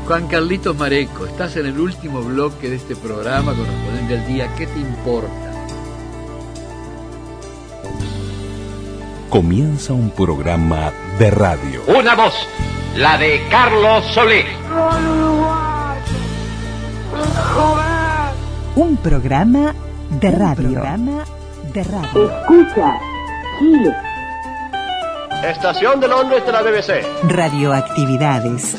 Juan Carlitos Mareco, estás en el último bloque de este programa correspondiente al día ¿Qué te importa? Comienza un programa de radio. Una voz, la de Carlos Solís. Un programa de radio. Escucha, Chile. Estación de Londres de la BBC. Radioactividades.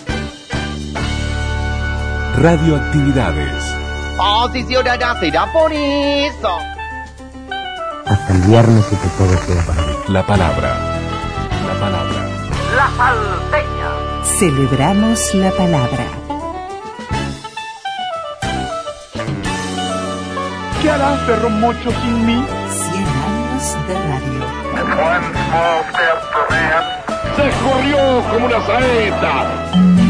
Radioactividades. Oh, si ciudadana será por eso. Hasta el viernes y que todo sea para mí. La palabra. La palabra. La salteña. Celebramos la palabra. ¿Qué harás, perro mocho, sin mí? 100 años de radio. Se corrió como una saeta.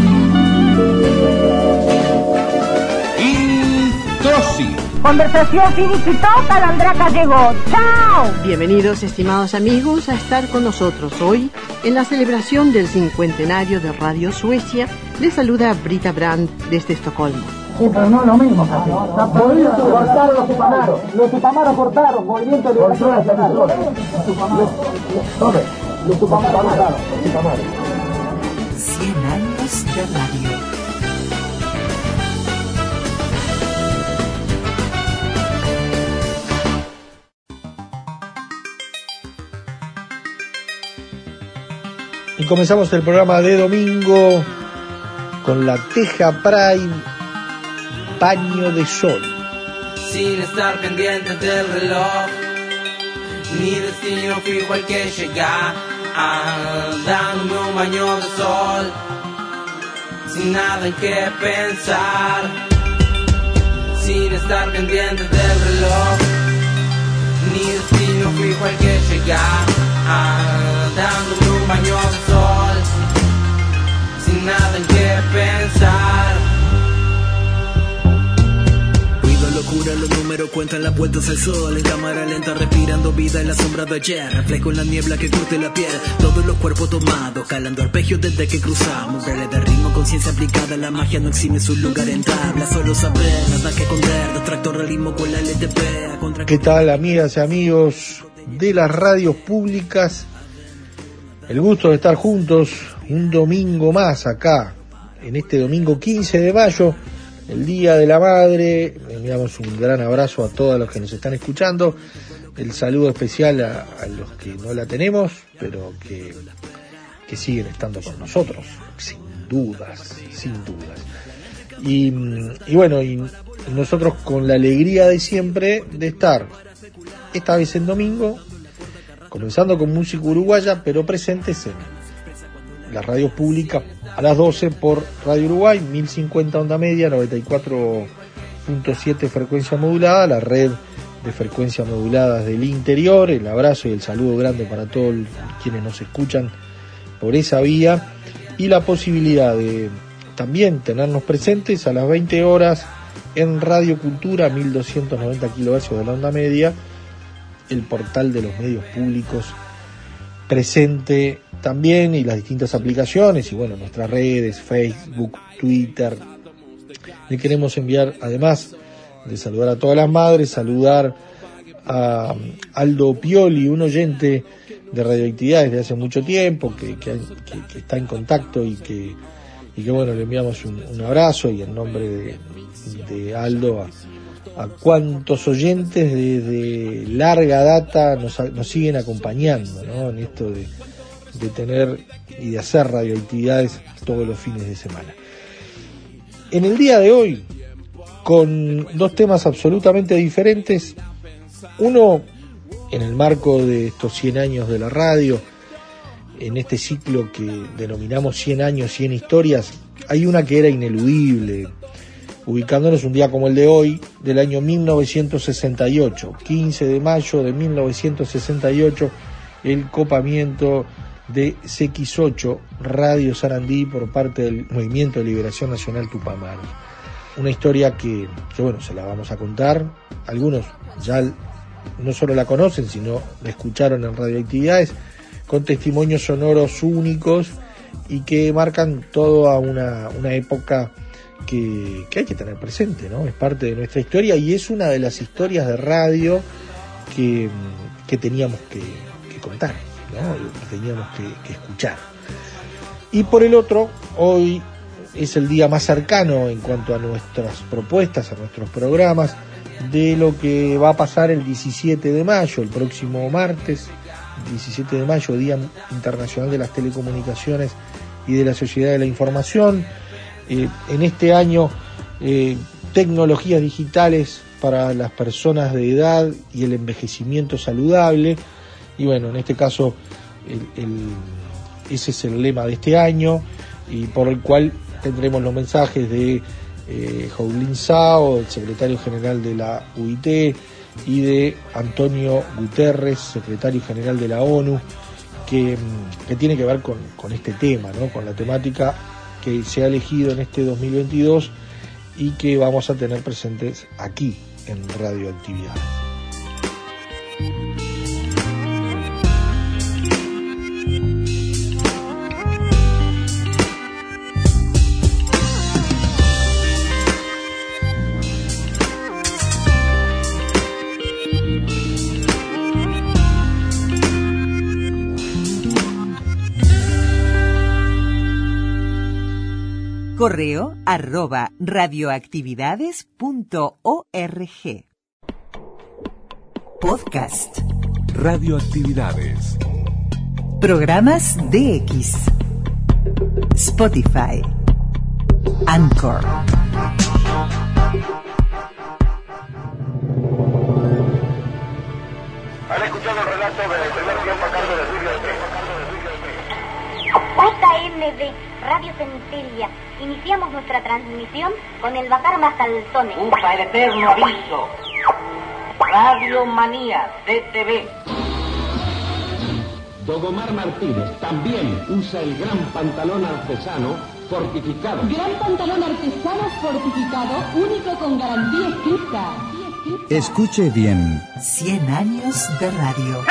Introsi. Conversación finiquitó, Calandraca llegó. ¡Chao! Bienvenidos, estimados amigos, a estar con nosotros hoy en la celebración del cincuentenario de Radio Suecia. Les saluda Brita Brand desde Estocolmo. Sí, pero no es lo mismo, casi. Cortaron los Tupamaros. Los Tupamaros cortaron. Movimiento de Liberación Nacional. Los Tupamaros cortaron. 100 años de radio. Y comenzamos el programa de domingo con la Teja Pride Baño de Sol. Sin estar pendiente del reloj, ni destino fijo al que llegar, dándome un baño de sol, sin nada en qué pensar. Sin estar pendiente del reloj, ni destino fijo al que llegar, dándome un baño de sol, sin nada en qué pensar. Ruido, locura, los números cuentan las vueltas al sol. En cámara lenta respirando vida en la sombra de ayer. Reflejo en la niebla que curte la piel. Todos los cuerpos tomados, calando arpegios desde que cruzamos. Verle de ritmo, conciencia aplicada. La magia no exime su lugar en tabla. Solo saber, nada que esconder. Distracto realismo con la LTP. ¿Qué tal, amigas y amigos de las radios públicas? El gusto de estar juntos un domingo más acá, en este domingo 15 de mayo, el Día de la Madre. Enviamos un gran abrazo a todos los que nos están escuchando. El saludo especial a los que no la tenemos, pero que siguen estando con nosotros, sin dudas. Y bueno, y nosotros con la alegría de siempre de estar, esta vez en domingo, comenzando con música uruguaya, pero presentes en las radios públicas a las 12 por Radio Uruguay, 1050 onda media, 94.7 frecuencia modulada, la red de frecuencias moduladas del interior. El abrazo y el saludo grande para todos quienes nos escuchan por esa vía, y la posibilidad de también tenernos presentes a las 20 horas en Radio Cultura, 1290 kHz de la onda media, el portal de los medios públicos presente también, y las distintas aplicaciones, y bueno, nuestras redes, Facebook, Twitter. Le queremos enviar, además de saludar a todas las madres, saludar a Aldo Pioli, un oyente de Radioactividades desde hace mucho tiempo, que está en contacto y que bueno, le enviamos un abrazo, y en nombre de Aldo a cuantos oyentes de larga data nos siguen acompañando, ¿no?, en esto de tener y de hacer radioactividades todos los fines de semana. En el día de hoy, con dos temas absolutamente diferentes, uno en el marco de estos 100 años de la radio, en este ciclo que denominamos 100 años, 100 historias, hay una que era ineludible, ubicándonos un día como el de hoy, del año 1968, 15 de mayo de 1968, el copamiento de CX8 Radio Sarandí por parte del Movimiento de Liberación Nacional Tupamaros. Una historia que bueno, se la vamos a contar. Algunos ya no solo la conocen, sino la escucharon en Radioactividades, con testimonios sonoros únicos y que marcan toda una época que hay que tener presente, ¿no? Es parte de nuestra historia y es una de las historias de radio que teníamos que contar, ¿no? Que teníamos que escuchar. Y por el otro, hoy es el día más cercano en cuanto a nuestras propuestas, a nuestros programas, de lo que va a pasar el 17 de mayo, el próximo martes, 17 de mayo, Día Internacional de las Telecomunicaciones y de la Sociedad de la Información. En este año, tecnologías digitales para las personas de edad y el envejecimiento saludable. Y bueno, en este caso, ese es el lema de este año, y por el cual tendremos los mensajes de Joulin Sao, el secretario general de la UIT, y de Antonio Guterres, secretario general de la ONU, que tiene que ver con este tema, ¿no? Con la temática que se ha elegido en este 2022 y que vamos a tener presentes aquí en Radioactividades. Correo @radioactividades.org. Podcast. Radioactividades. Programas DX. Spotify. Anchor. Han escuchado el relato del primer tiempo a cargo de Silvio JMD, Radio Centelia. Iniciamos nuestra transmisión con el Bacar Mascalzones. Ufa, el eterno aviso. Radio Manía, DTV. Dogomar Martínez también usa el gran pantalón artesano fortificado. Gran pantalón artesano fortificado, único con garantía escrita. Escuche bien. 100 años de radio.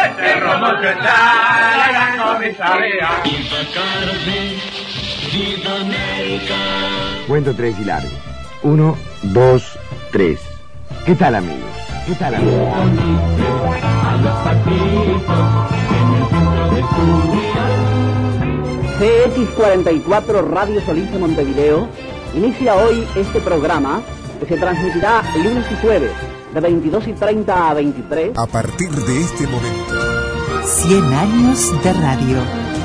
Cuento 3 y largo. 1, 2, 3. ¿Qué tal, amigos? ¿Qué tal, amigos? CX44 Radio Solís de Montevideo inicia hoy este programa que se transmitirá lunes y jueves de 22:30 a 23. A partir de este momento. 100 años de radio.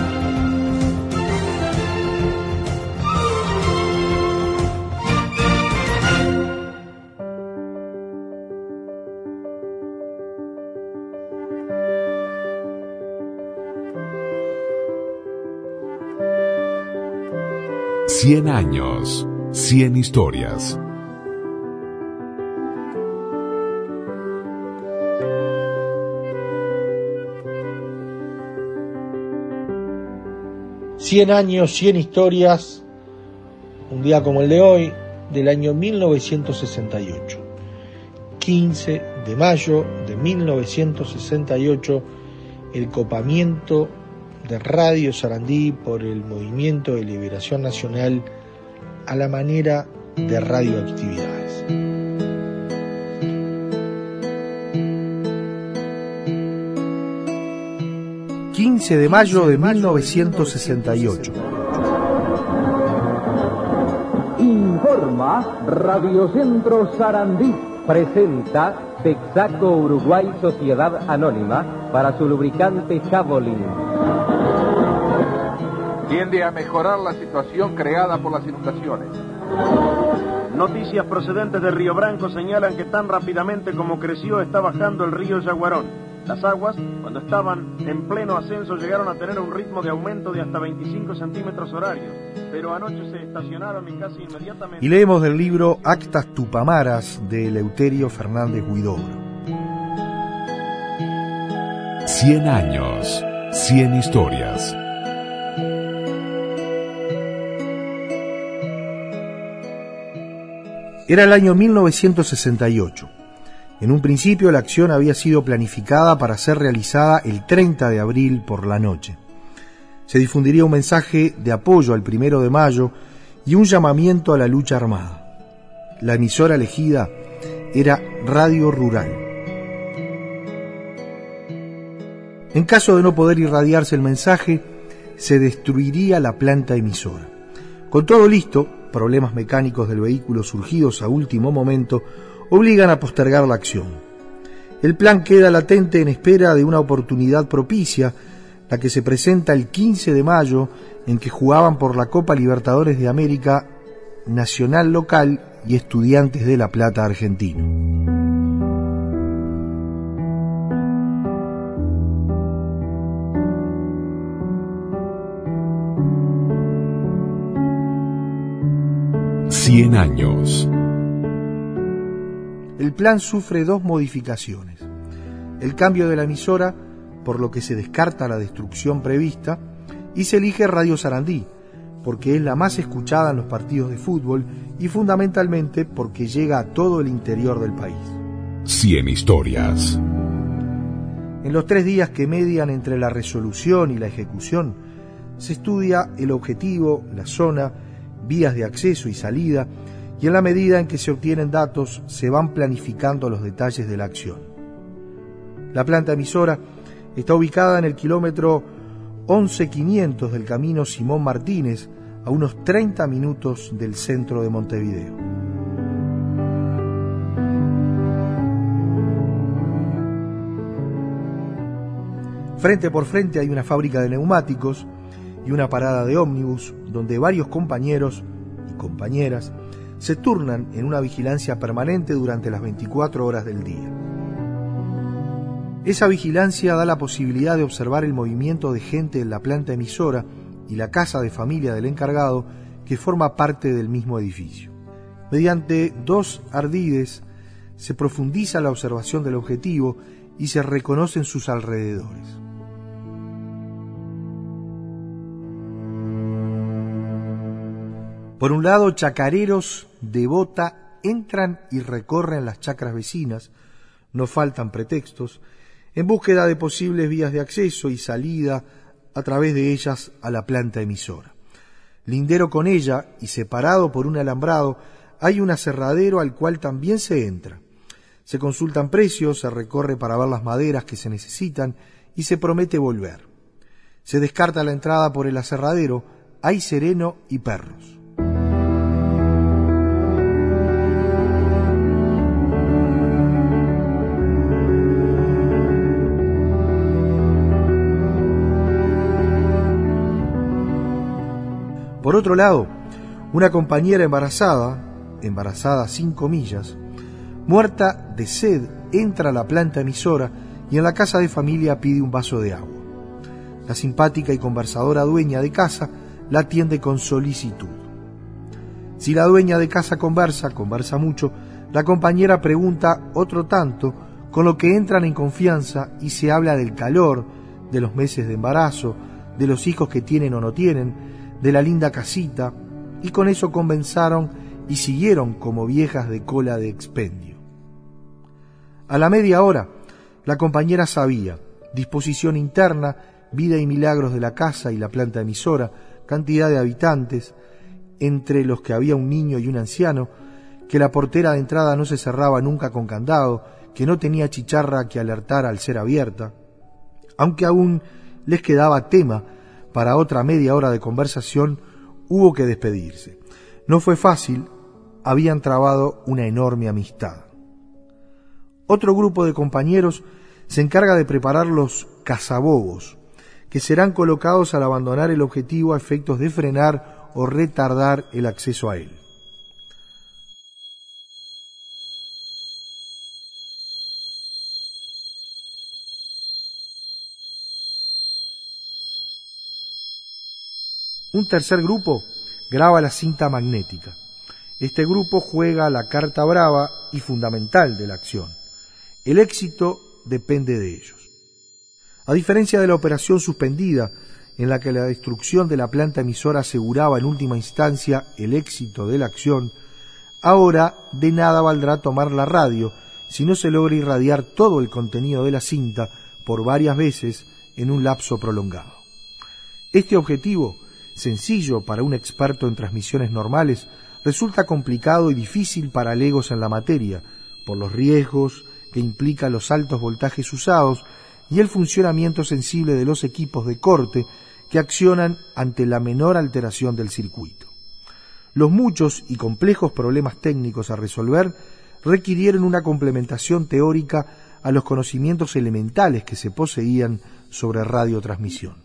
Cien años, 100 historias. Cien años, 100 historias, un día como el de hoy, del año 1968. 15 de mayo de 1968, el copamiento de Radio Sarandí por el Movimiento de Liberación Nacional a la manera de Radioactividades. De mayo de 1968. Informa Radiocentro Sarandí. Presenta Texaco Uruguay Sociedad Anónima para su lubricante Javelin. Tiende a mejorar la situación creada por las inundaciones. Noticias procedentes de Río Branco señalan que tan rápidamente como creció está bajando el río Yaguarón. Las aguas, cuando estaban en pleno ascenso, llegaron a tener un ritmo de aumento de hasta 25 centímetros horarios, pero anoche se estacionaron y casi inmediatamente... Y leemos del libro Actas Tupamaras de Eleuterio Fernández Huidobro. 100 años, 100 historias. Era el año 1968. En un principio la acción había sido planificada para ser realizada el 30 de abril por la noche. Se difundiría un mensaje de apoyo al 1 de mayo y un llamamiento a la lucha armada. La emisora elegida era Radio Rural. En caso de no poder irradiarse el mensaje, se destruiría la planta emisora. Con todo listo, problemas mecánicos del vehículo surgidos a último momento obligan a postergar la acción. El plan queda latente en espera de una oportunidad propicia, la que se presenta el 15 de mayo, en que jugaban por la Copa Libertadores de América Nacional local y Estudiantes de La Plata argentino. Cien años. El plan sufre dos modificaciones: el cambio de la emisora, por lo que se descarta la destrucción prevista, y se elige Radio Sarandí, porque es la más escuchada en los partidos de fútbol y fundamentalmente porque llega a todo el interior del país. 100 historias. En los 3 días que median entre la resolución y la ejecución, se estudia el objetivo, la zona, vías de acceso y salida, y en la medida en que se obtienen datos, se van planificando los detalles de la acción. La planta emisora está ubicada en el kilómetro 11.500 del camino Simón Martínez, a unos 30 minutos del centro de Montevideo. Frente por frente hay una fábrica de neumáticos y una parada de ómnibus donde varios compañeros y compañeras se turnan en una vigilancia permanente durante las 24 horas del día. Esa vigilancia da la posibilidad de observar el movimiento de gente en la planta emisora y la casa de familia del encargado, que forma parte del mismo edificio. Mediante 2 ardides se profundiza la observación del objetivo y se reconocen sus alrededores. Por un lado, chacareros de bota entran y recorren las chacras vecinas, no faltan pretextos, en búsqueda de posibles vías de acceso y salida a través de ellas a la planta emisora. Lindero con ella y separado por un alambrado hay un aserradero al cual también se entra. Se consultan precios, se recorre para ver las maderas que se necesitan y se promete volver. Se descarta la entrada por el aserradero, hay sereno y perros. Por otro lado, una compañera embarazada 5 comillas, muerta de sed, entra a la planta emisora y en la casa de familia pide un vaso de agua. La simpática y conversadora dueña de casa la atiende con solicitud. Si la dueña de casa conversa mucho, la compañera pregunta otro tanto, con lo que entran en confianza y se habla del calor, de los meses de embarazo, de los hijos que tienen o no tienen, de la linda casita, y con eso conversaron y siguieron como viejas de cola de expendio. A la media hora, la compañera sabía disposición interna, vida y milagros de la casa y la planta emisora, cantidad de habitantes, entre los que había un niño y un anciano, que la portera de entrada no se cerraba nunca con candado, que no tenía chicharra que alertara al ser abierta, aunque aún les quedaba tema para otra media hora de conversación. Hubo que despedirse. No fue fácil, habían trabado una enorme amistad. Otro grupo de compañeros se encarga de preparar los cazabobos, que serán colocados al abandonar el objetivo a efectos de frenar o retardar el acceso a él. Un tercer grupo graba la cinta magnética. Este grupo juega la carta brava y fundamental de la acción. El éxito depende de ellos. A diferencia de la operación suspendida, en la que la destrucción de la planta emisora aseguraba en última instancia el éxito de la acción, ahora de nada valdrá tomar la radio si no se logra irradiar todo el contenido de la cinta por varias veces en un lapso prolongado. Este objetivo sencillo para un experto en transmisiones normales, resulta complicado y difícil para legos en la materia, por los riesgos que implican los altos voltajes usados y el funcionamiento sensible de los equipos de corte que accionan ante la menor alteración del circuito. Los muchos y complejos problemas técnicos a resolver requirieron una complementación teórica a los conocimientos elementales que se poseían sobre radiotransmisión.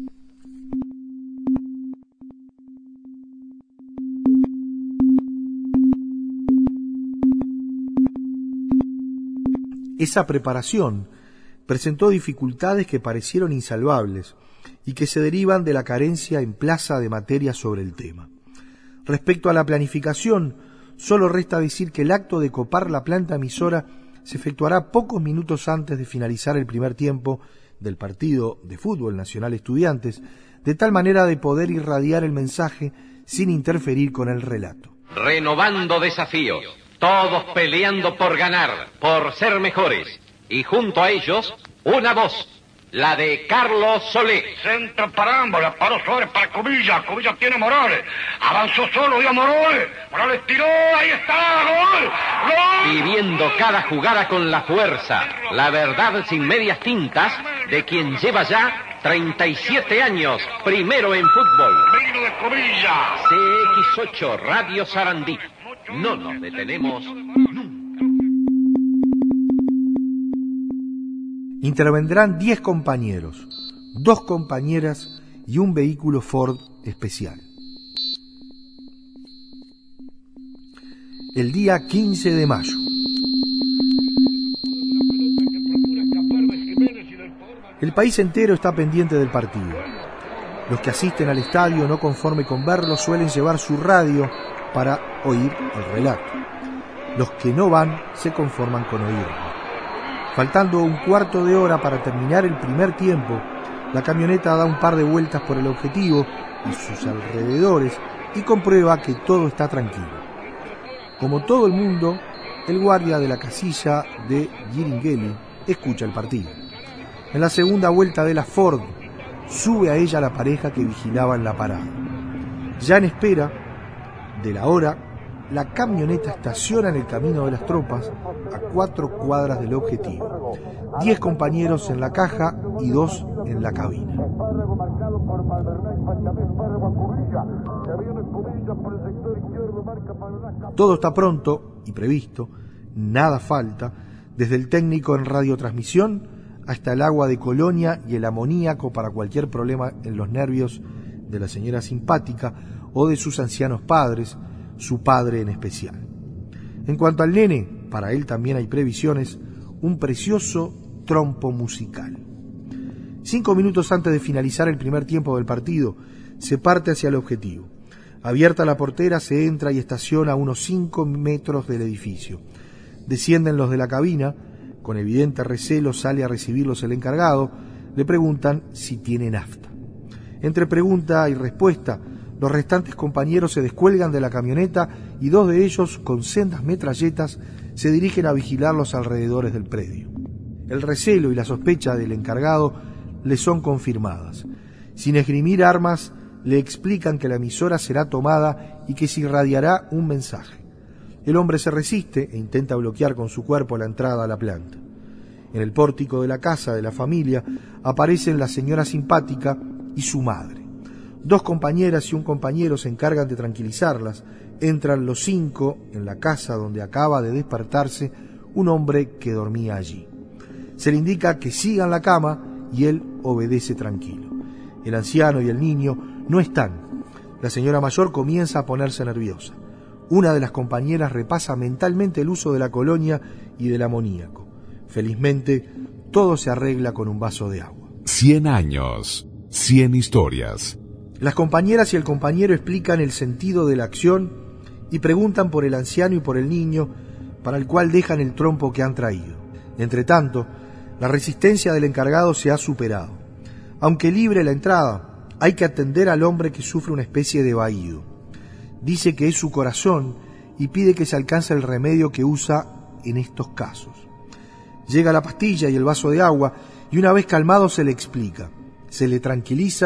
Esa preparación presentó dificultades que parecieron insalvables y que se derivan de la carencia en plaza de materia sobre el tema. Respecto a la planificación, solo resta decir que el acto de copar la planta emisora se efectuará pocos minutos antes de finalizar el primer tiempo del partido de fútbol Nacional Estudiantes, de tal manera de poder irradiar el mensaje sin interferir con el relato. Renovando desafíos, todos peleando por ganar, por ser mejores, y junto a ellos, una voz, la de Carlos Solé. Centro para ambos, la paró Suárez para Cubilla, Cubilla tiene Morales, avanzó solo y a Morales, Morales tiró, ahí está, gol, gol. Viviendo cada jugada con la fuerza, la verdad sin medias tintas, de quien lleva ya 37 años, primero en fútbol. Vino de Cubilla. CX8, Radio Sarandí. No nos detenemos nunca. Intervendrán 10 compañeros, 2 compañeras y un vehículo Ford especial. El día 15 de mayo. El país entero está pendiente del partido. Los que asisten al estadio no conforme con verlo suelen llevar su radio para oír el relato. Los que no van se conforman con oírlo. Faltando un cuarto de hora para terminar el primer tiempo, la camioneta da un par de vueltas por el objetivo y sus alrededores y comprueba que todo está tranquilo. Como todo el mundo, el guardia de la casilla de Giringeli escucha el partido. En la segunda vuelta de la Ford, sube a ella la pareja que vigilaba en la parada. Ya en espera de la hora, la camioneta estaciona en el camino de las tropas a 4 cuadras del objetivo. 10 compañeros en la caja y 2 en la cabina. Todo está pronto y previsto, nada falta, desde el técnico en radiotransmisión hasta el agua de colonia y el amoníaco para cualquier problema en los nervios de la señora simpática o de sus ancianos padres, su padre en especial. En cuanto al nene, para él también hay previsiones, un precioso trompo musical. 5 minutos antes de finalizar el primer tiempo del partido, se parte hacia el objetivo. Abierta la portera, se entra y estaciona a unos 5 metros del edificio. Descienden los de la cabina, con evidente recelo sale a recibirlos el encargado, le preguntan si tiene nafta. Entre pregunta y respuesta, los restantes compañeros se descuelgan de la camioneta y 2 de ellos, con sendas metralletas, se dirigen a vigilar los alrededores del predio. El recelo y la sospecha del encargado le son confirmadas. Sin esgrimir armas, le explican que la emisora será tomada y que se irradiará un mensaje. El hombre se resiste e intenta bloquear con su cuerpo la entrada a la planta. En el pórtico de la casa de la familia aparecen la señora simpática y su madre. 2 compañeras y un compañero se encargan de tranquilizarlas. Entran los 5 en la casa donde acaba de despertarse un hombre que dormía allí. Se le indica que sigan la cama y él obedece tranquilo. El anciano y el niño no están. La señora mayor comienza a ponerse nerviosa. Una de las compañeras repasa mentalmente el uso de la colonia y del amoníaco. Felizmente, todo se arregla con un vaso de agua. 100 años, 100 historias. Las compañeras y el compañero explican el sentido de la acción y preguntan por el anciano y por el niño, para el cual dejan el trompo que han traído. Entretanto, la resistencia del encargado se ha superado. Aunque libre la entrada, hay que atender al hombre que sufre una especie de vaído. Dice que es su corazón y pide que se alcance el remedio que usa en estos casos. Llega la pastilla y el vaso de agua y una vez calmado se le explica. Se le tranquiliza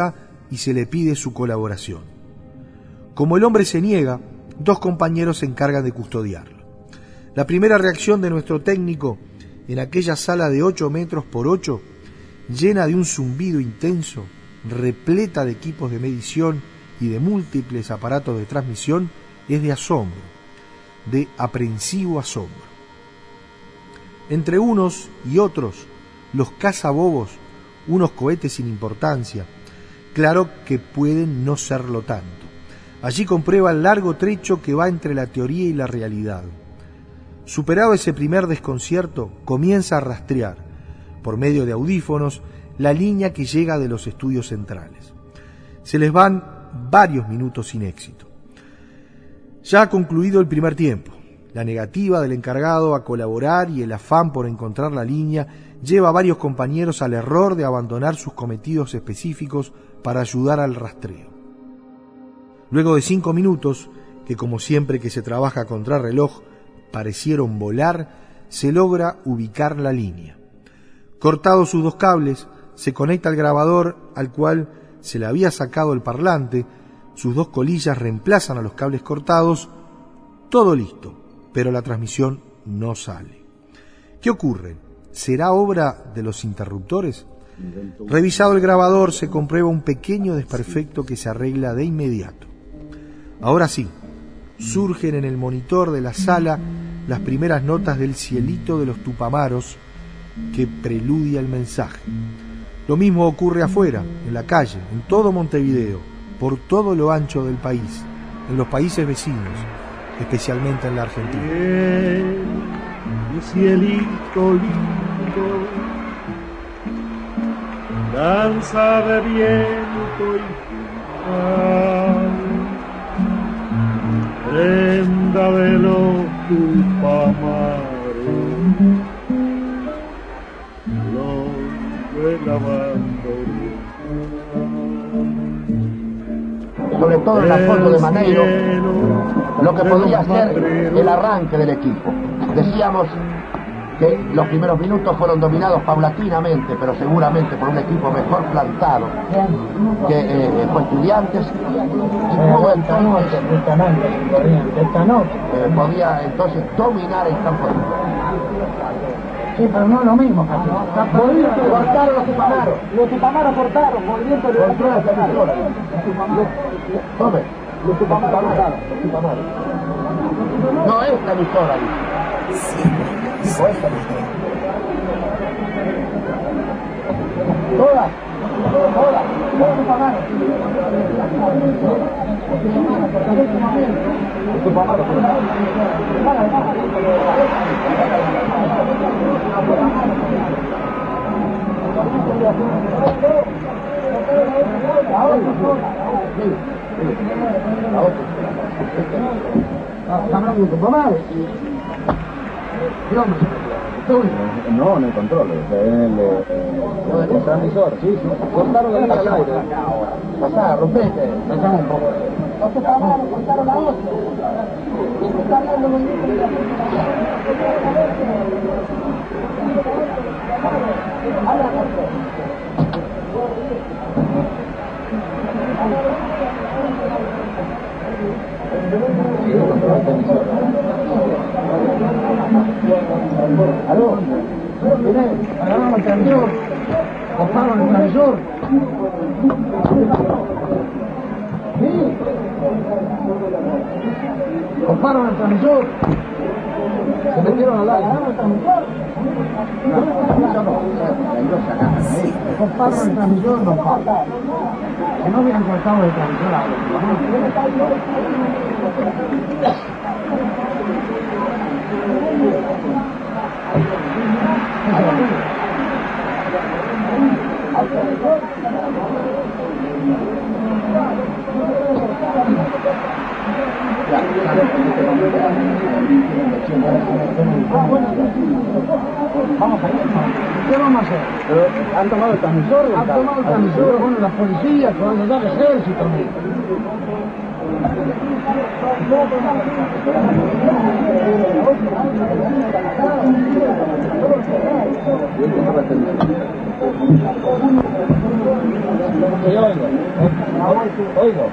y se le pide su colaboración. Como el hombre se niega, 2 compañeros se encargan de custodiarlo. La primera reacción de nuestro técnico en aquella sala de 8 metros por 8, llena de un zumbido intenso, repleta de equipos de medición y de múltiples aparatos de transmisión, es de asombro, de aprensivo asombro. Entre unos y otros, los cazabobos, unos cohetes sin importancia, claro que pueden no serlo tanto. Allí comprueba el largo trecho que va entre la teoría y la realidad. Superado ese primer desconcierto, comienza a rastrear, por medio de audífonos, la línea que llega de los estudios centrales. Se les van varios minutos sin éxito. Ya ha concluido el primer tiempo. La negativa del encargado a colaborar y el afán por encontrar la línea lleva a varios compañeros al error de abandonar sus cometidos específicos para ayudar al rastreo. Luego de 5 minutos, que como siempre que se trabaja contra reloj, parecieron volar, se logra ubicar la línea. Cortados sus 2 cables, se conecta el grabador al cual se le había sacado el parlante, sus 2 colillas reemplazan a los cables cortados, todo listo, pero la transmisión no sale. ¿Qué ocurre? ¿Será obra de los interruptores? Revisado el grabador, se comprueba un pequeño desperfecto que se arregla de inmediato. Ahora sí, surgen en el monitor de la sala las primeras notas del cielito de los Tupamaros que preludia el mensaje. Lo mismo ocurre afuera, en la calle, en todo Montevideo, por todo lo ancho del país, en los países vecinos, especialmente en la Argentina. Mi cielito lindo, danza de viento y final, prenda de los Tupamaros, los de la bandoneón. Sobre todo en la foto de Maneiro, lo que podría ser el arranque del equipo. Decíamos que los primeros minutos fueron dominados paulatinamente, pero seguramente por un equipo mejor plantado que fue Estudiantes, y pudo entonces, podía entonces dominar el campo de juego. Sí, pero no es lo mismo. Cortaron los Tupamaros. Los Tupamaros cortaron. Movimiento de control de la emisora. Los Tupamaros. No, esta emisora, dice. O esta emisora. Todas. Los Tupamaros. Los Tupamaros. No, en el control, en el transmisor, sí. Cortaron la línea al aire. Pasá, rompete. Pasá un poco. Cortaron la otra. Está viendo muy bien. ¿Aló? Miré, agarraron el transmisor, cortaron el transmisor. Sí. Cortaron el transmisor. Se metieron al aire. Cortaron el transmisor, no pasa. Si no hubieran cortado el transmisor a Vamos a ir. ¿Qué vamos a hacer? Pero han tomado el transmisor. Han tomado el transmisor, bueno, la policía, con el ejército. Oigo.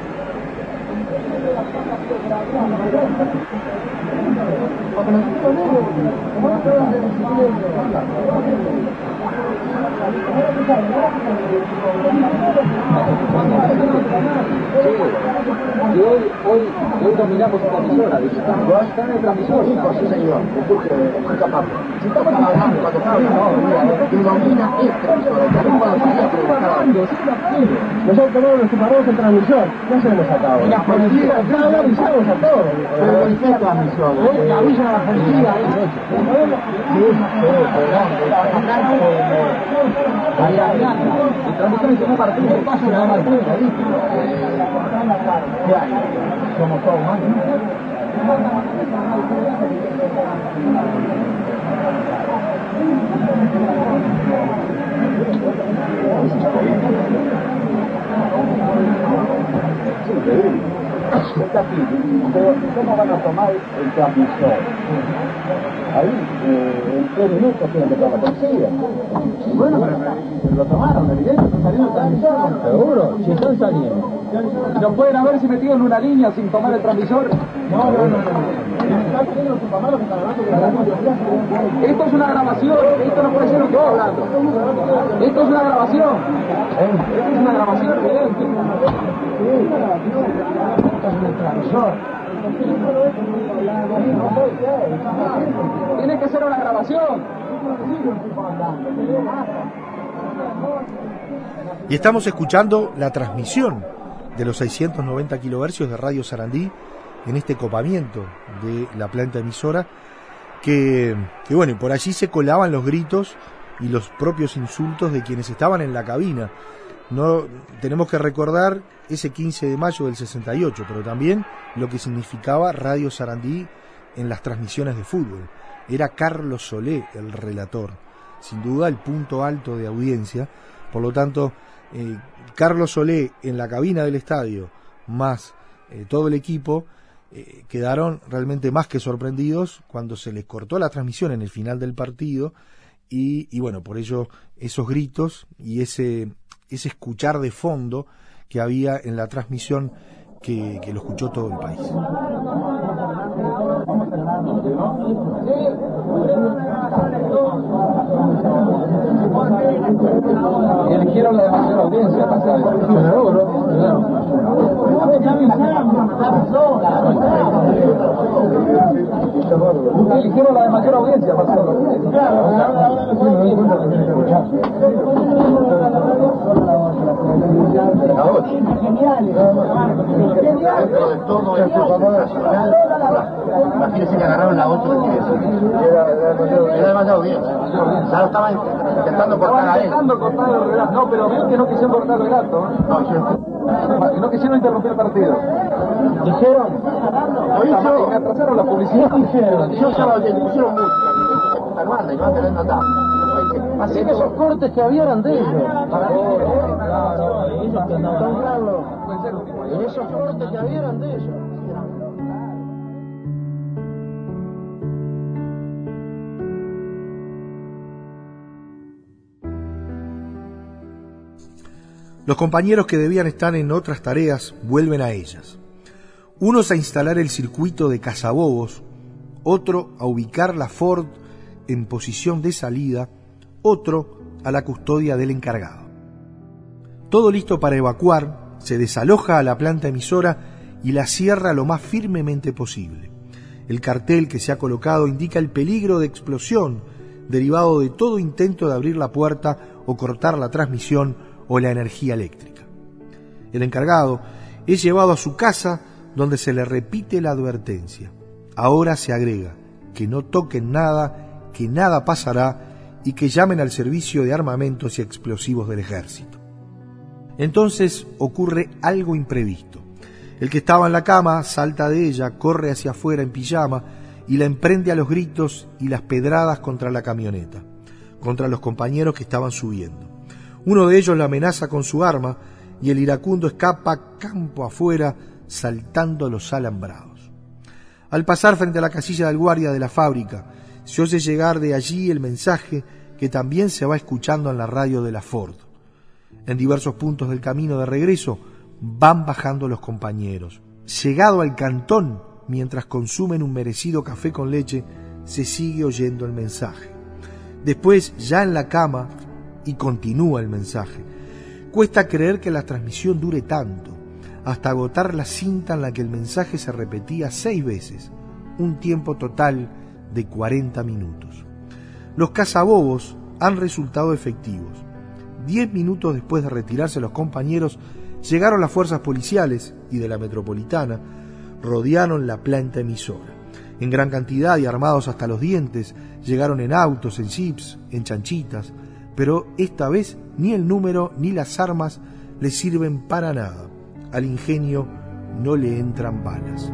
Y hoy dominamos esta emisora, está en el transmisor. Sí, señor, es capaz. Si estamos hablando, cuando que domina esta emisora, nosotros tenemos los separamos en transmisor, ¿qué hacemos acá ahora? La policía, claro, avisamos a todos. Pero ¿y qué transmisión? Avisan a la policía. El transmisor es una partida, pasa una partida, somos todos humanos. Está aquí, pero ¿cómo van a tomar el transmisor? Ahí, en 3 minutos tienen que tomar la policía. Bueno, pero lo tomaron, evidentemente, están saliendo el transmisor. ¿Seguro? Si están saliendo. ¿No pueden haberse metido en una línea sin tomar el transmisor? No. Esto es una grabación, esto no puede ser lo que estoy hablando. Esto es una grabación. Esto es una grabación evidente. Esto es un transmisor. Tiene que ser una grabación. Y estamos escuchando la transmisión de los 690 kilohercios de Radio Sarandí en este copamiento de la planta emisora, que bueno, y por allí se colaban los gritos y los propios insultos de quienes estaban en la cabina. No tenemos que recordar ese 15 de mayo del 68, pero también lo que significaba Radio Sarandí en las transmisiones de fútbol. Era Carlos Solé el relator, sin duda el punto alto de audiencia. Por lo tanto, Carlos Solé en la cabina del estadio, más todo el equipo, quedaron realmente más que sorprendidos cuando se les cortó la transmisión en el final del partido y bueno, por ello esos gritos y ese escuchar de fondo que había en la transmisión que lo escuchó todo el país. Y eligieron la demasiada audiencia para hacer eligieron la demasiada audiencia para hacer Dentro de todo esto nacional, imagínense que agarraron la 8 de era demasiado bien. Ya lo estaban intentando cortar a él. No, pero veo que no quisieron cortar el relato. No quisieron interrumpir el partido. ¿Dijeron? Y me atrasaron la publicidad. Yo estaba oyendo, pusieron música. Armanda, y no van a tener notado. Así que esos cortes que había eran de ellos. Esos cortes que había eran de ellos. Los compañeros que debían estar en otras tareas vuelven a ellas. Unos a instalar el circuito de cazabobos, otro a ubicar la Ford en posición de salida, otro a la custodia del encargado. Todo listo para evacuar, se desaloja a la planta emisora y la cierra lo más firmemente posible. El cartel que se ha colocado indica el peligro de explosión derivado de todo intento de abrir la puerta o cortar la transmisión o la energía eléctrica. El encargado es llevado a su casa, donde se le repite la advertencia. Ahora se agrega que no toquen nada, que nada pasará y que llamen al servicio de armamentos y explosivos del ejército. Entonces ocurre algo imprevisto. El que estaba en la cama salta de ella, corre hacia afuera en pijama y la emprende a los gritos y las pedradas contra la camioneta, contra los compañeros que estaban subiendo. Uno de ellos la amenaza con su arma y el iracundo escapa campo afuera saltando los alambrados. Al pasar frente a la casilla del guardia de la fábrica, se oye llegar de allí el mensaje que también se va escuchando en la radio de la Ford. En diversos puntos del camino de regreso van bajando los compañeros. Llegado al cantón, mientras consumen un merecido café con leche, se sigue oyendo el mensaje. Después, ya en la cama, y continúa el mensaje. Cuesta creer que la transmisión dure tanto, hasta agotar la cinta en la que el mensaje se repetía 6 veces, un tiempo total de 40 minutos. Los cazabobos han resultado efectivos. 10 minutos después de retirarse los compañeros, llegaron las fuerzas policiales y de la metropolitana, rodearon la planta emisora. En gran cantidad y armados hasta los dientes, llegaron en autos, en jeeps, en chanchitas, pero esta vez ni el número ni las armas le sirven para nada. Al ingenio no le entran balas.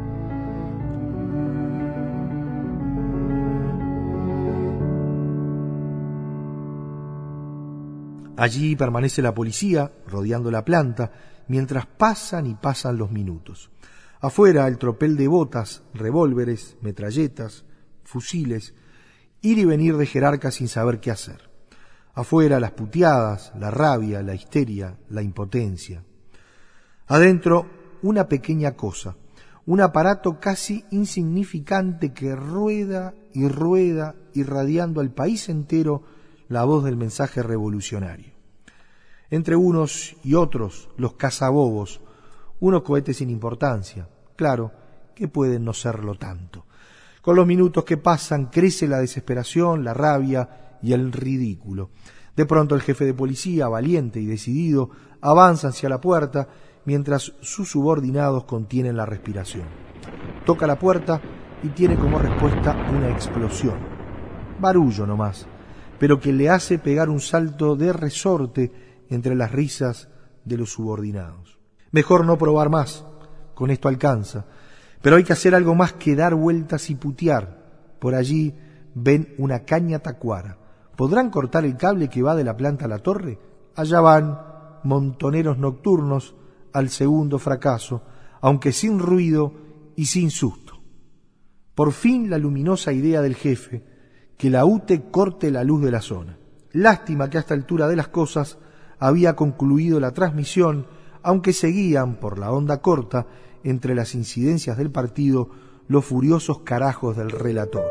Allí permanece la policía, rodeando la planta, mientras pasan y pasan los minutos. Afuera el tropel de botas, revólveres, metralletas, fusiles, ir y venir de jerarcas sin saber qué hacer. Afuera las puteadas, la rabia, la histeria, la impotencia. Adentro una pequeña cosa, un aparato casi insignificante que rueda, irradiando al país entero la voz del mensaje revolucionario. Entre unos y otros, los cazabobos, unos cohetes sin importancia, claro, que pueden no serlo tanto. Con los minutos que pasan crece la desesperación, la rabia y el ridículo. De pronto el jefe de policía, valiente y decidido, avanza hacia la puerta mientras sus subordinados contienen la respiración. Toca la puerta y tiene como respuesta una explosión. Barullo nomás, pero que le hace pegar un salto de resorte entre las risas de los subordinados. Mejor no probar más, con esto alcanza, pero hay que hacer algo más que dar vueltas y putear. Por allí ven una caña tacuara. ¿Podrán cortar el cable que va de la planta a la torre? Allá van, montoneros nocturnos, al segundo fracaso, aunque sin ruido y sin susto. Por fin la luminosa idea del jefe, que la UTE corte la luz de la zona. Lástima que a esta altura de las cosas había concluido la transmisión, aunque seguían por la onda corta, entre las incidencias del partido, los furiosos carajos del relator.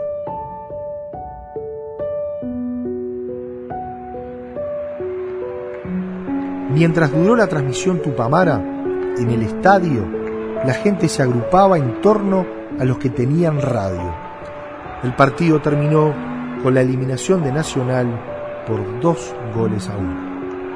Mientras duró la transmisión Tupamara, en el estadio, la gente se agrupaba en torno a los que tenían radio. El partido terminó con la eliminación de Nacional por 2-1.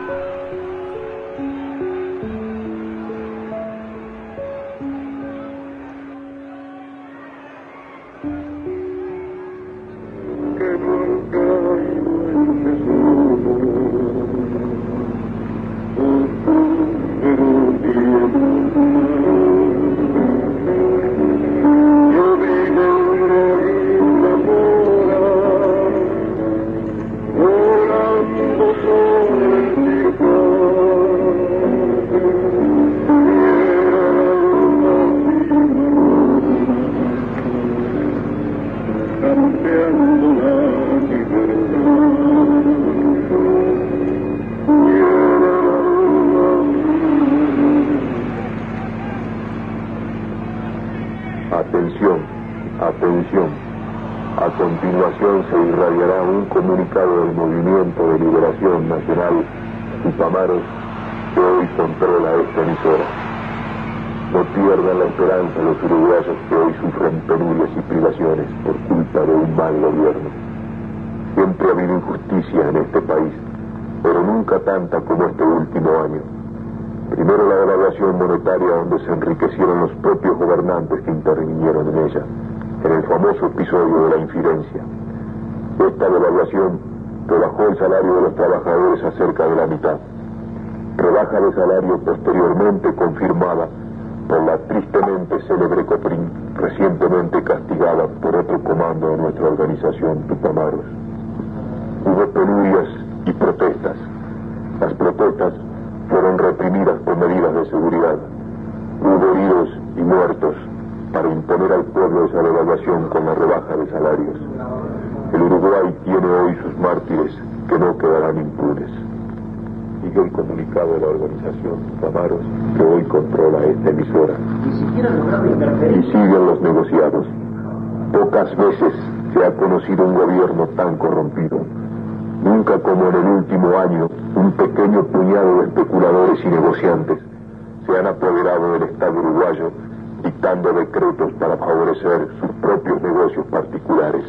Atención. A continuación se irradiará un comunicado del Movimiento de Liberación Nacional Tupamaros, que hoy controla esta emisora. No pierdan la esperanza los uruguayos que hoy sufren penurias y privaciones por culpa de un mal gobierno. Siempre ha habido injusticia en este país, pero nunca tanta como este último año. Primero la devaluación monetaria, donde se enriquecieron los propios gobernantes que intervinieron en ella, en el famoso episodio de la infidencia. Esta devaluación rebajó el salario de los trabajadores a cerca de la mitad. Rebaja de salario posteriormente confirmada por la tristemente célebre COPRIN, recientemente castigada por otro comando de nuestra organización Tupamaros. Hubo penurias y protestas. Las protestas fueron reprimidas por medidas de seguridad. Hubo heridos peligrosa devaluación con la rebaja de salarios. El Uruguay tiene hoy sus mártires que no quedarán impunes. Sigue el comunicado de la organización Tupamaros, que hoy controla esta emisora. Y siguen los negociados. Pocas veces se ha conocido un gobierno tan corrompido. Nunca como en el último año, un pequeño puñado de especuladores y negociantes se han apoderado del Estado uruguayo, dictando decretos para favorecer sus propios negocios particulares.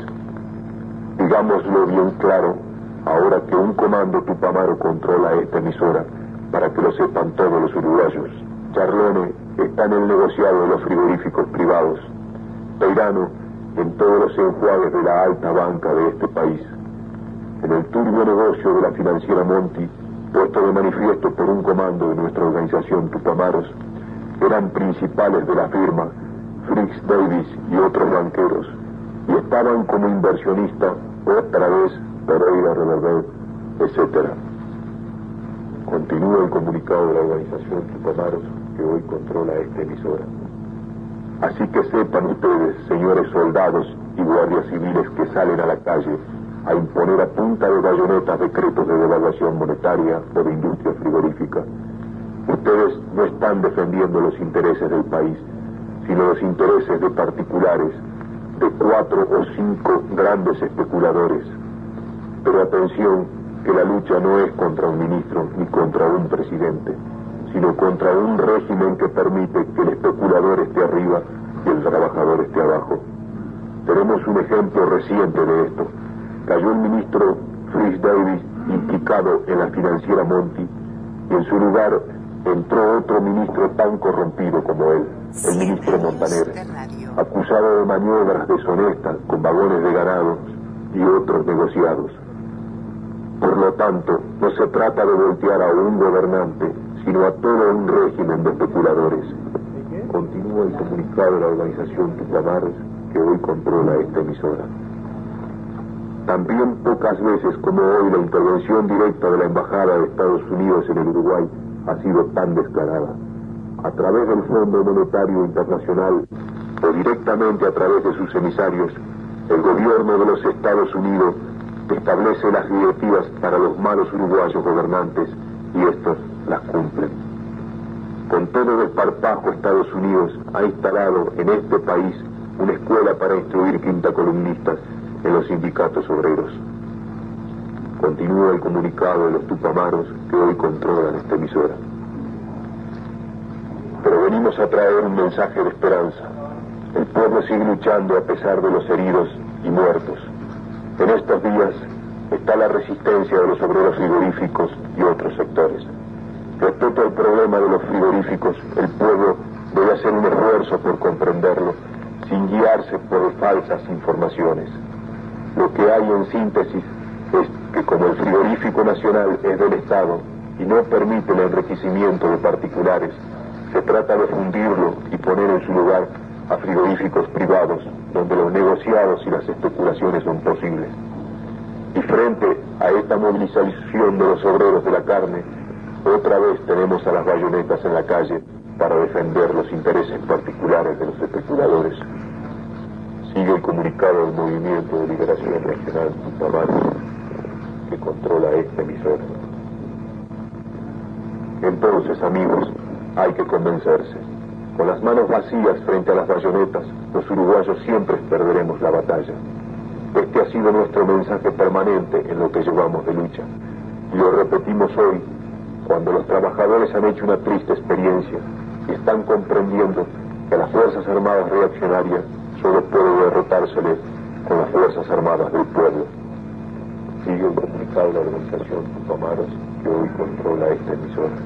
Digámoslo bien claro, ahora que un comando tupamaro controla esta emisora, para que lo sepan todos los uruguayos. Charlone está en el negociado de los frigoríficos privados. Peirano en todos los enjuagues de la alta banca de este país. En el turbio negocio de la financiera Monti, puesto de manifiesto por un comando de nuestra organización Tupamaros, eran principales de la firma Frix Davis y otros banqueros, y estaban como inversionistas otra vez Pereira Reverdell, etc. Continúa el comunicado de la organización Tupamaros, que hoy controla esta emisora. Así que sepan ustedes, señores soldados y guardias civiles que salen a la calle a imponer a punta de bayonetas decretos de devaluación monetaria o de industria frigorífica, ustedes no están defendiendo los intereses del país, sino los intereses de particulares, de 4 o 5 grandes especuladores. Pero atención, que la lucha no es contra un ministro ni contra un presidente, sino contra un régimen que permite que el especulador esté arriba y el trabajador esté abajo. Tenemos un ejemplo reciente de esto. Cayó el ministro Frix Davis implicado en la financiera Monti, y en su lugar entró otro ministro tan corrompido como él, el ministro Montaner, acusado de maniobras deshonestas con vagones de ganado y otros negociados. Por lo tanto, no se trata de voltear a un gobernante, sino a todo un régimen de especuladores. Continúa el comunicado de la organización Tupamaros, que hoy controla esta emisora. También pocas veces como hoy la intervención directa de la Embajada de Estados Unidos en el Uruguay ha sido tan descarada. A través del Fondo Monetario Internacional o directamente a través de sus emisarios, el gobierno de los Estados Unidos establece las directivas para los malos uruguayos gobernantes y estos las cumplen. Con todo desparpajo, Estados Unidos ha instalado en este país una escuela para instruir quintacolumnistas en los sindicatos obreros. Continúa el comunicado de los Tupamaros, que hoy controlan esta emisora. Pero venimos a traer un mensaje de esperanza. El pueblo sigue luchando a pesar de los heridos y muertos. En estos días está la resistencia de los obreros frigoríficos y otros sectores. Respecto al problema de los frigoríficos, el pueblo debe hacer un esfuerzo por comprenderlo, sin guiarse por falsas informaciones. Lo que hay en síntesis es que como el frigorífico nacional es del Estado y no permite el enriquecimiento de particulares, se trata de fundirlo y poner en su lugar a frigoríficos privados, donde los negociados y las especulaciones son posibles. Y frente a esta movilización de los obreros de la carne, otra vez tenemos a las bayonetas en la calle para defender los intereses particulares de los especuladores. Sigue el comunicado del Movimiento de Liberación Regional Tupamaros, que controla esta emisora. Entonces, amigos, hay que convencerse. Con las manos vacías frente a las bayonetas, los uruguayos siempre perderemos la batalla. Este ha sido nuestro mensaje permanente en lo que llevamos de lucha. Y lo repetimos hoy, cuando los trabajadores han hecho una triste experiencia y están comprendiendo que las Fuerzas Armadas reaccionarias solo puede derrotárseles con las Fuerzas Armadas del pueblo. Sigue el comunicado de la organización Tupamaros, que hoy controla esta emisora.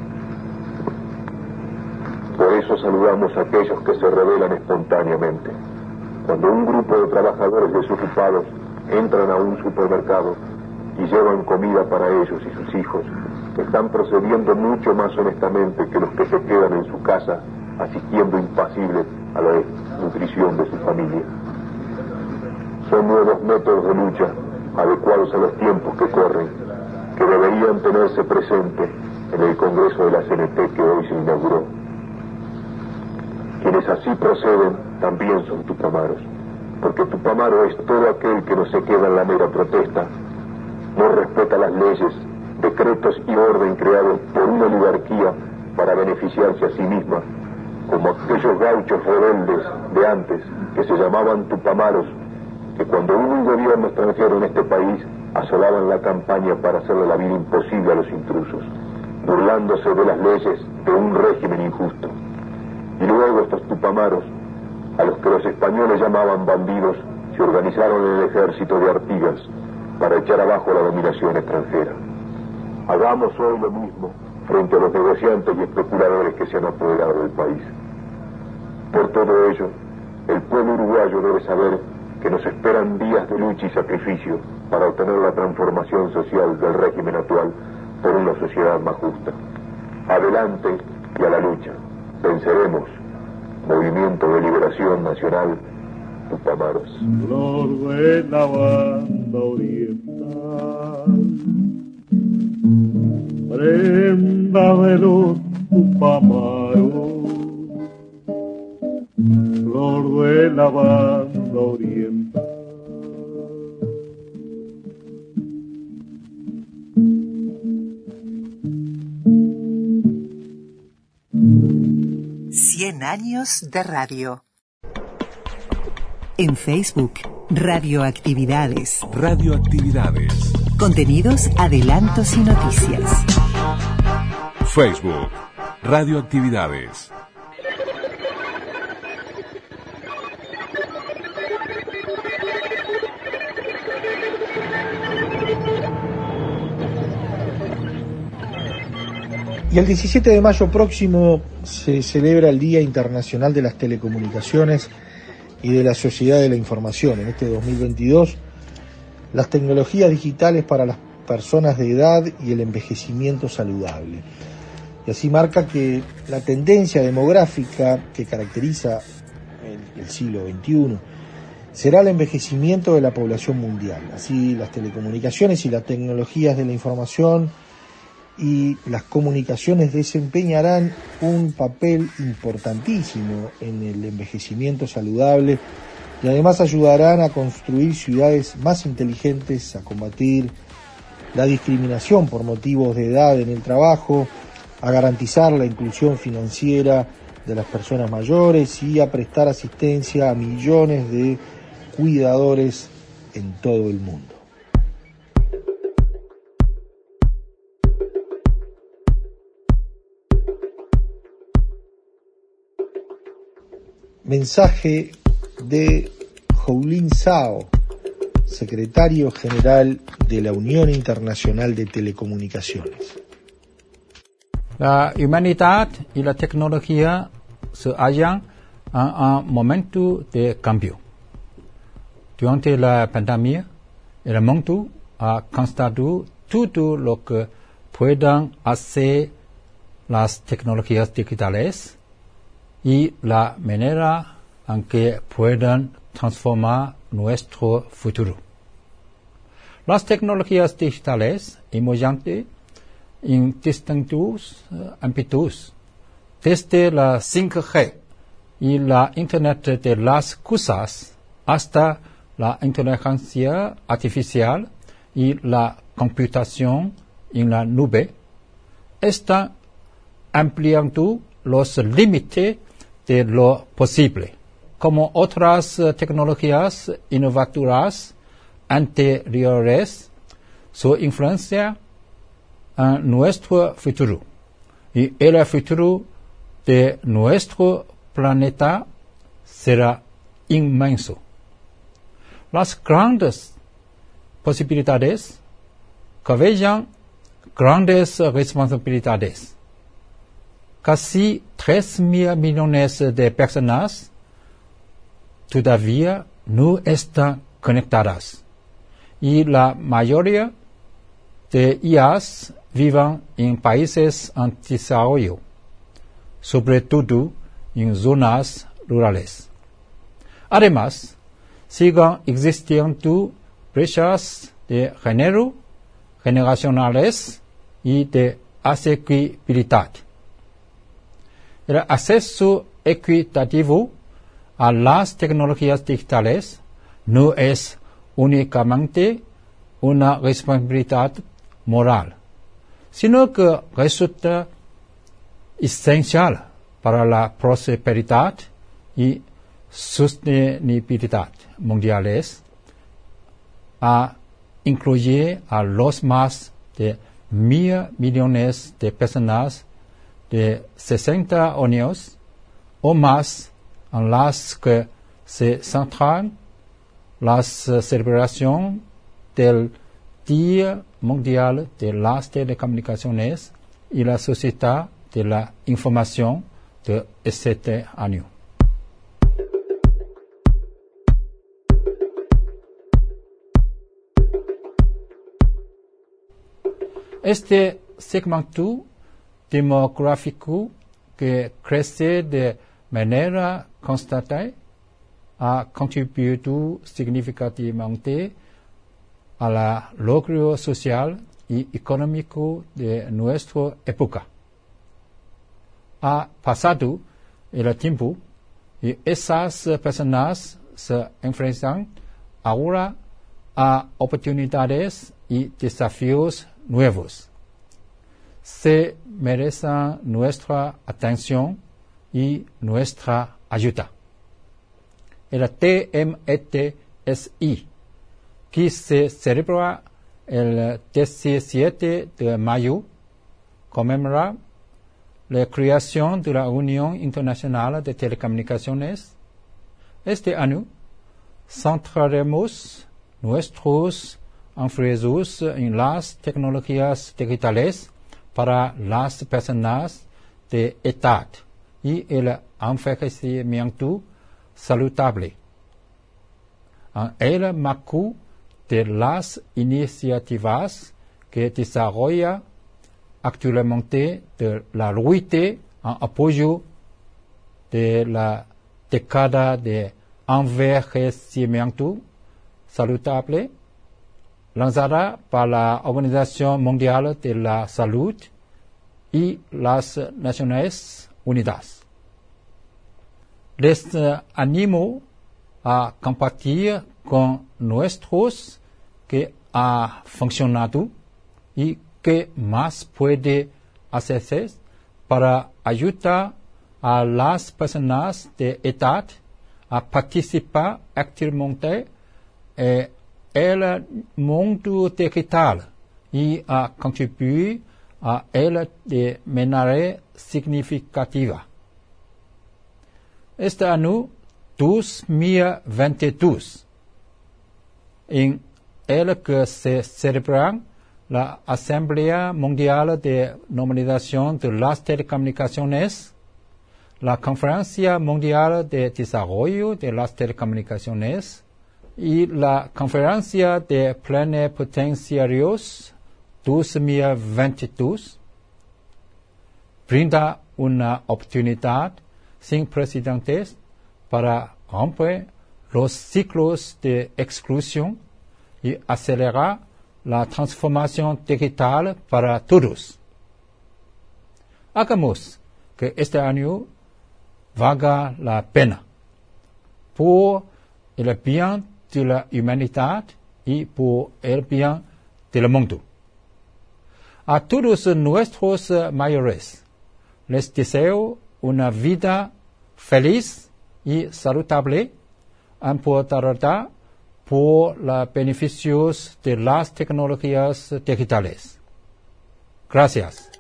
Por eso saludamos a aquellos que se rebelan espontáneamente. Cuando un grupo de trabajadores desocupados entran a un supermercado y llevan comida para ellos y sus hijos, están procediendo mucho más honestamente que los que se quedan en su casa asistiendo impasibles a la nutrición de su familia. Son nuevos métodos de lucha adecuados a los tiempos que corren, que deberían tenerse presentes en el Congreso de la CNT que hoy se inauguró. Quienes así proceden también son Tupamaros, porque Tupamaro es todo aquel que no se queda en la mera protesta, no respeta las leyes, decretos y orden creados por una oligarquía para beneficiarse a sí misma, como aquellos gauchos rebeldes de antes que se llamaban Tupamaros, que cuando hubo un gobierno extranjero en este país asolaban la campaña para hacerle la vida imposible a los intrusos, burlándose de las leyes de un régimen injusto. Y luego estos Tupamaros, a los que los españoles llamaban bandidos, se organizaron en el ejército de Artigas para echar abajo la dominación extranjera. Hagamos hoy lo mismo frente a los negociantes y especuladores que se han apoderado del país. Por todo ello, el pueblo uruguayo debe saber que nos esperan días de lucha y sacrificio para obtener la transformación social del régimen actual por una sociedad más justa. Adelante y a la lucha. Venceremos. Movimiento de Liberación Nacional, Tupamaros. Flor de la banda oriental, prenda de los Tupamaros, flor de la banda oriental. 100 años de radio. En Facebook, Radioactividades. Radioactividades. Contenidos, adelantos y noticias. Facebook, Radioactividades. Y el 17 de mayo próximo se celebra el Día Internacional de las Telecomunicaciones y de la Sociedad de la Información. En este 2022, las tecnologías digitales para las personas de edad y el envejecimiento saludable. Y así marca que la tendencia demográfica que caracteriza el siglo XXI será el envejecimiento de la población mundial. Así, las telecomunicaciones y las tecnologías de la información y las comunicaciones desempeñarán un papel importantísimo en el envejecimiento saludable y además ayudarán a construir ciudades más inteligentes, a combatir la discriminación por motivos de edad en el trabajo, a garantizar la inclusión financiera de las personas mayores y a prestar asistencia a millones de cuidadores en todo el mundo. Mensaje de Joulin Sao, secretario general de la Unión Internacional de Telecomunicaciones. La humanidad y la tecnología se hallan en un momento de cambio. Durante la pandemia, el mundo ha constatado todo lo que pueden hacer las tecnologías digitales y la manera en que pueden transformar nuestro futuro. Las tecnologías digitales emergen en distintos ámbitos, desde la 5G y la Internet de las cosas hasta la inteligencia artificial y la computación en la nube, están ampliando los límites de lo posible. Como otras tecnologías innovadoras anteriores, su influencia en nuestro futuro y el futuro de nuestro planeta será inmenso. Las grandes posibilidades conllevan grandes responsabilidades. Casi 3.000 millones de personas todavía no están conectadas y la mayoría de ellas viven en países en desarrollo, sobre todo en zonas rurales. Además, siguen existiendo brechas de género, generacionales y de accesibilidad. El acceso equitativo a las tecnologías digitales no es únicamente una responsabilidad moral, sino que resulta esencial para la prosperidad y sostenibilidad mundiales, a incluir a los más de 1.000 millones de personas de 60 años o más en las que se centran las celebraciones del Día Mundial de las Telecomunicaciones y la Sociedad de la Información de este año. Este segmento demográfico que crece de manera constante ha contribuido significativamente a la logro social y económico de nuestra época. Ha pasado el tiempo y esas personas se enfrentan ahora a oportunidades y desafíos nuevos. Se merecen nuestra atención y nuestra ayuda. El TMETSI, que se celebra el 17 de mayo, conmemora la creación de la Unión Internacional de Telecomunicaciones. Este año centraremos nuestros esfuerzos en las tecnologías digitales para las personas de edad y el envejecimiento saludable. En el marco de las iniciativas que desarrolla actualmente de la lucha en apoyo de la década de envejecimiento saludable, lanzada por la Organización Mundial de la Salud y las Naciones Unidas. Les animo a compartir con nosotros que ha funcionado y que más puede hacerse para ayudar a las personas de edad a participar activamente en el mundo digital y a contribuir a él de manera significativa. Este año 2022, en el que se celebra la Asamblea Mundial de Normalización de las Telecomunicaciones, la Conferencia Mundial de Desarrollo de las Telecomunicaciones y la Conferencia de Plenipotenciarios 2022, brinda una oportunidad sin precedentes para romper los ciclos de exclusión y acelerar la transformación digital para todos. Hagamos que este año valga la pena por el bien de la humanidad y por el bien del mundo. A todos nuestros mayores les deseo una vida feliz y saludable, empoderada por los beneficios de las tecnologías digitales. Gracias.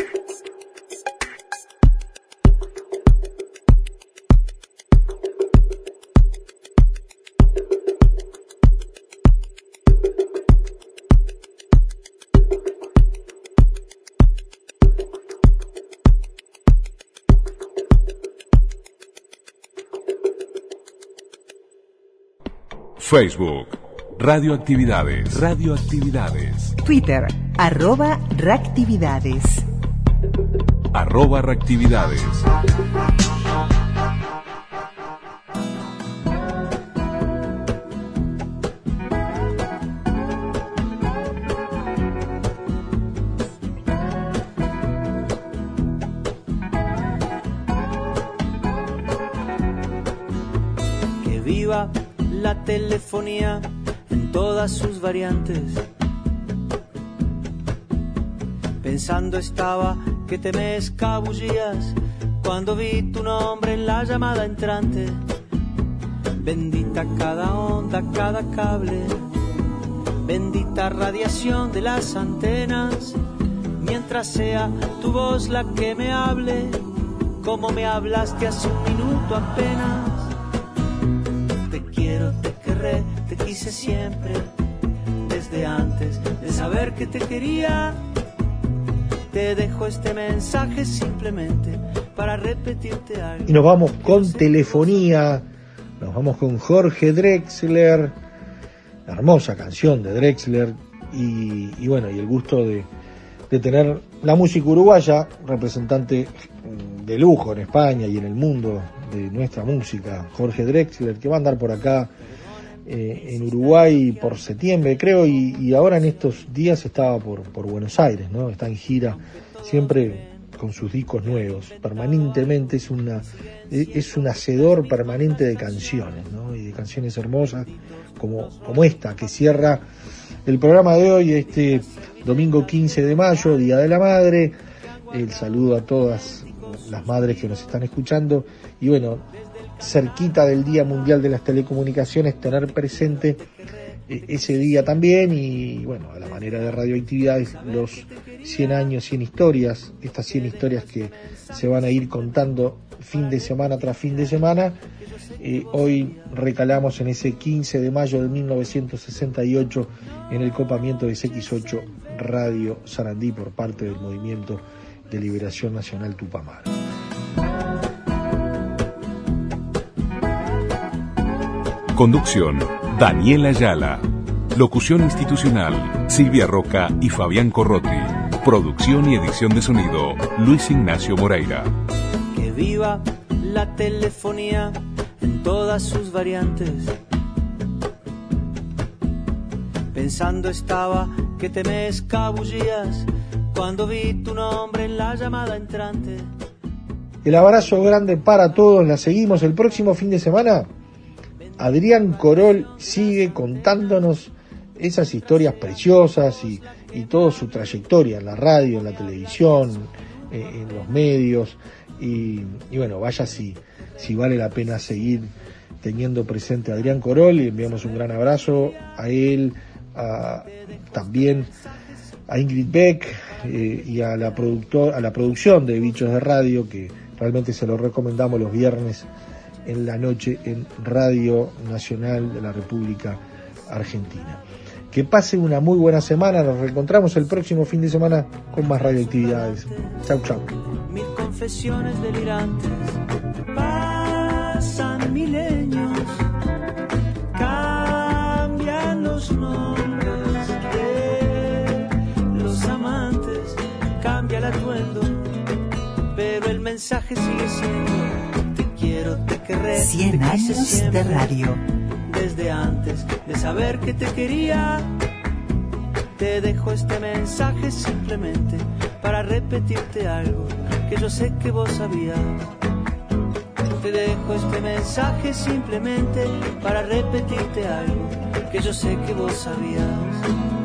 Facebook, Radioactividades. Radioactividades. Twitter, @reactividades. @reactividades. Que viva la telefonía en todas sus variantes. Pensando estaba que te me escabullías cuando vi tu nombre en la llamada entrante. Bendita cada onda, cada cable, bendita radiación de las antenas, mientras sea tu voz la que me hable, como me hablaste hace un minuto apenas. Te quiero, te querré, te quise siempre, desde antes de saber que te quería. Te dejo este mensaje simplemente para repetirte algo. Y nos vamos con telefonía, nos vamos con Jorge Drexler, la hermosa canción de Drexler, y bueno, y el gusto de tener la música uruguaya, representante de lujo en España y en el mundo de nuestra música, Jorge Drexler, que va a andar por acá en Uruguay por septiembre, creo, y ahora en estos días estaba por Buenos Aires, ¿no? Está en gira, siempre con sus discos nuevos, permanentemente es un hacedor permanente de canciones, ¿no? Y de canciones hermosas como esta, que cierra el programa de hoy, este domingo 15 de mayo, Día de la Madre. El saludo a todas las madres que nos están escuchando, y bueno, cerquita del Día Mundial de las Telecomunicaciones, tener presente ese día también, y bueno, a la manera de Radioactividades, los 100 años, 100 historias, estas 100 historias que se van a ir contando fin de semana tras fin de semana. Hoy recalamos en ese 15 de mayo de 1968 en el copamiento de CX8 Radio Sarandí por parte del Movimiento de Liberación Nacional Tupamaro. Conducción, Daniel Ayala. Locución institucional, Silvia Roca y Fabián Corrotti. Producción y edición de sonido, Luis Ignacio Moreira. Que viva la telefonía en todas sus variantes. Pensando estaba que te me escabullías cuando vi tu nombre en la llamada entrante. El abrazo grande para todos, la seguimos el próximo fin de semana. Adrián Corol sigue contándonos esas historias preciosas y toda su trayectoria en la radio, en la televisión, en los medios, y bueno, vaya si vale la pena seguir teniendo presente a Adrián Corol. Le enviamos un gran abrazo a él, también a Ingrid Beck y a la producción de Bichos de Radio, que realmente se lo recomendamos los viernes en la noche en Radio Nacional de la República Argentina. Que pasen una muy buena semana, nos reencontramos el próximo fin de semana con más radioactividades. Chau, chau. Mil confesiones delirantes, pasan milenios, cambian los nombres de los amantes, cambia el atuendo, pero el mensaje sigue siendo: te quiero, te querré, 100 años de radio. Desde antes de saber que te quería, te dejo este mensaje simplemente para repetirte algo que yo sé que vos sabías. Te dejo este mensaje simplemente para repetirte algo que yo sé que vos sabías.